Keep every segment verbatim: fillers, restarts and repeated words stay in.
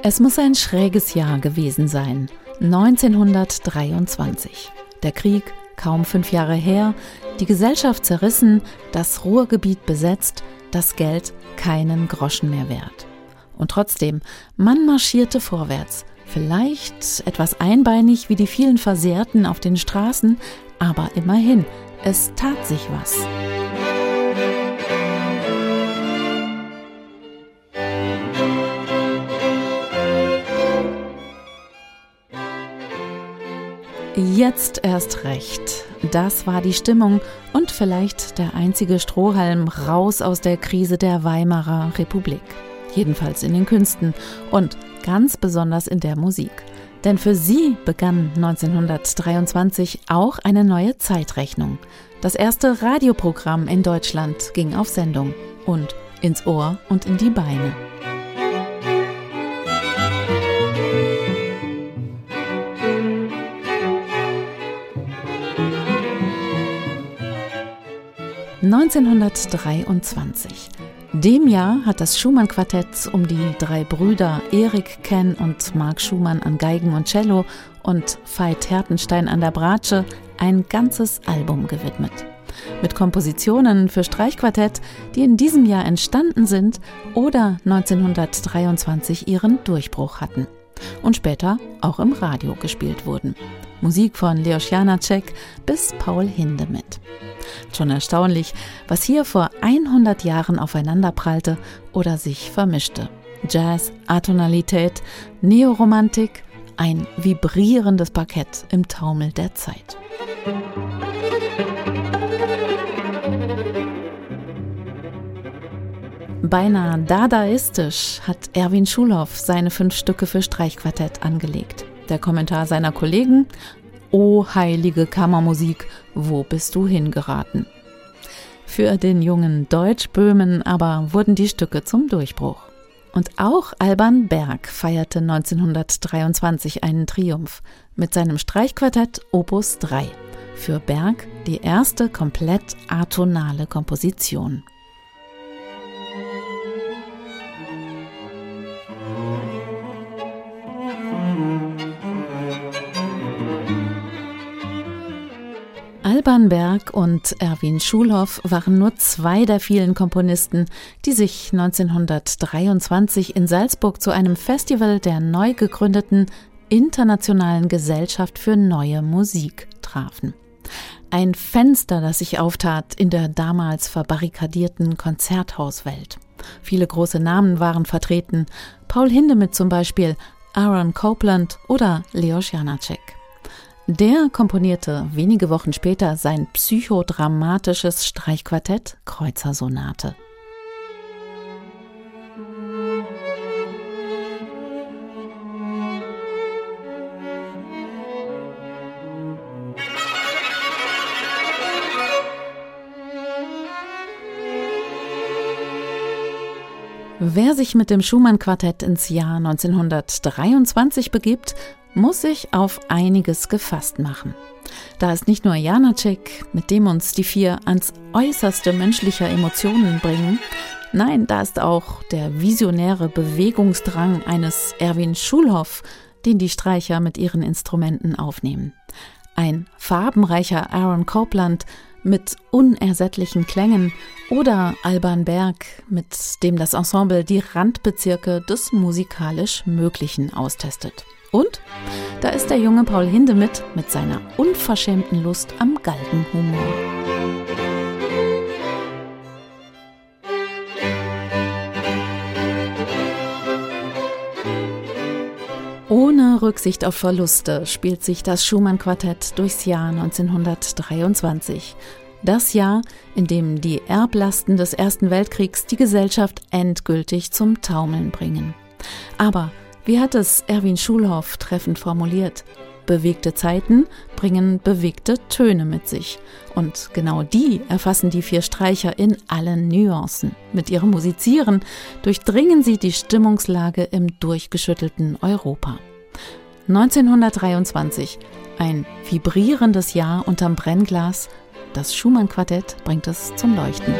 Es muss ein schräges Jahr gewesen sein, neunzehnhundertdreiundzwanzig. Der Krieg, kaum fünf Jahre her, die Gesellschaft zerrissen, das Ruhrgebiet besetzt, das Geld keinen Groschen mehr wert. Und trotzdem, man marschierte vorwärts, vielleicht etwas einbeinig wie die vielen Versehrten auf den Straßen, aber immerhin, es tat sich was. Jetzt erst recht. Das war die Stimmung und vielleicht der einzige Strohhalm raus aus der Krise der Weimarer Republik. Jedenfalls in den Künsten und ganz besonders in der Musik. Denn für sie begann neunzehnhundertdreiundzwanzig auch eine neue Zeitrechnung. Das erste Radioprogramm in Deutschland ging auf Sendung und ins Ohr und in die Beine. neunzehnhundertdreiundzwanzig. Dem Jahr hat das Schumann-Quartett um die drei Brüder Erik, Ken und Mark Schumann an Geigen und Cello und Veit Hertenstein an der Bratsche ein ganzes Album gewidmet. Mit Kompositionen für Streichquartett, die in diesem Jahr entstanden sind oder neunzehnhundertdreiundzwanzig ihren Durchbruch hatten und später auch im Radio gespielt wurden. Musik von Leos Janáček bis Paul Hindemith. Schon erstaunlich, was hier vor hundert Jahren aufeinanderprallte oder sich vermischte. Jazz, Atonalität, Neoromantik, ein vibrierendes Parkett im Taumel der Zeit. Beinahe dadaistisch hat Erwin Schulhoff seine fünf Stücke für Streichquartett angelegt. Der Kommentar seiner Kollegen: »O heilige Kammermusik, wo bist du hingeraten?« Für den jungen Deutschböhmen aber wurden die Stücke zum Durchbruch. Und auch Alban Berg feierte neunzehnhundertdreiundzwanzig einen Triumph mit seinem Streichquartett Opus drei. Für Berg die erste komplett atonale Komposition. Alban Berg und Erwin Schulhoff waren nur zwei der vielen Komponisten, die sich neunzehnhundertdreiundzwanzig in Salzburg zu einem Festival der neu gegründeten Internationalen Gesellschaft für Neue Musik trafen. Ein Fenster, das sich auftat in der damals verbarrikadierten Konzerthauswelt. Viele große Namen waren vertreten, Paul Hindemith zum Beispiel, Aaron Copland oder Leos Janáček. Der komponierte wenige Wochen später sein psychodramatisches Streichquartett Kreutzer-Sonate. Wer sich mit dem Schumann-Quartett ins Jahr neunzehnhundertdreiundzwanzig begibt, muss sich auf einiges gefasst machen. Da ist nicht nur Janáček, mit dem uns die vier ans äußerste menschlicher Emotionen bringen, nein, da ist auch der visionäre Bewegungsdrang eines Erwin Schulhoff, den die Streicher mit ihren Instrumenten aufnehmen. Ein farbenreicher Aaron Copland mit unersättlichen Klängen oder Alban Berg, mit dem das Ensemble die Randbezirke des musikalisch Möglichen austestet. Und da ist der junge Paul Hindemith mit seiner unverschämten Lust am Galgenhumor. Ohne Rücksicht auf Verluste spielt sich das Schumann-Quartett durchs Jahr neunzehnhundertdreiundzwanzig. Das Jahr, in dem die Erblasten des Ersten Weltkriegs die Gesellschaft endgültig zum Taumeln bringen. Aber wie hat es Erwin Schulhoff treffend formuliert? Bewegte Zeiten bringen bewegte Töne mit sich. Und genau die erfassen die vier Streicher in allen Nuancen. Mit ihrem Musizieren durchdringen sie die Stimmungslage im durchgeschüttelten Europa. neunzehnhundertdreiundzwanzig, ein vibrierendes Jahr unterm Brennglas. Das Schumann-Quartett bringt es zum Leuchten.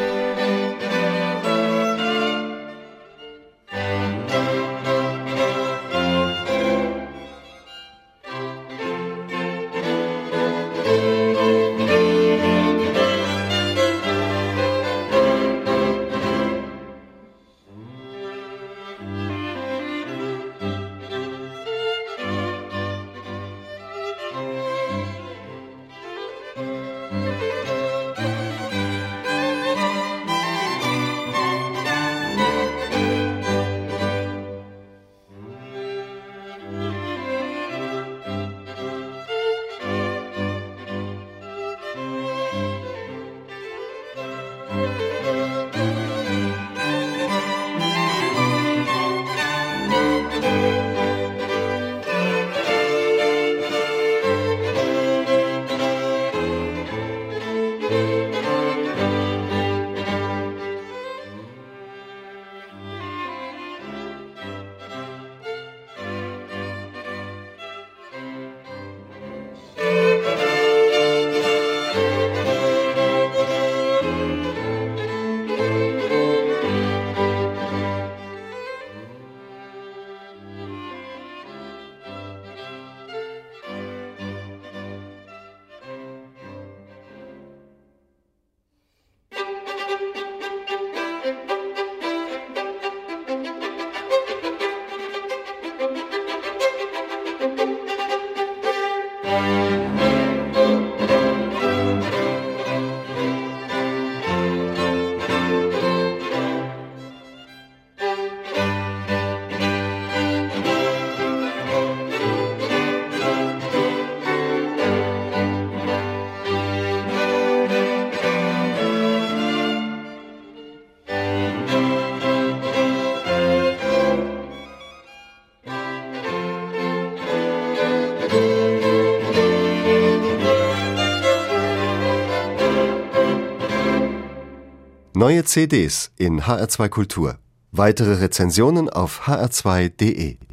Neue C Ds in H R zwei Kultur. Weitere Rezensionen auf h r zwei punkt de.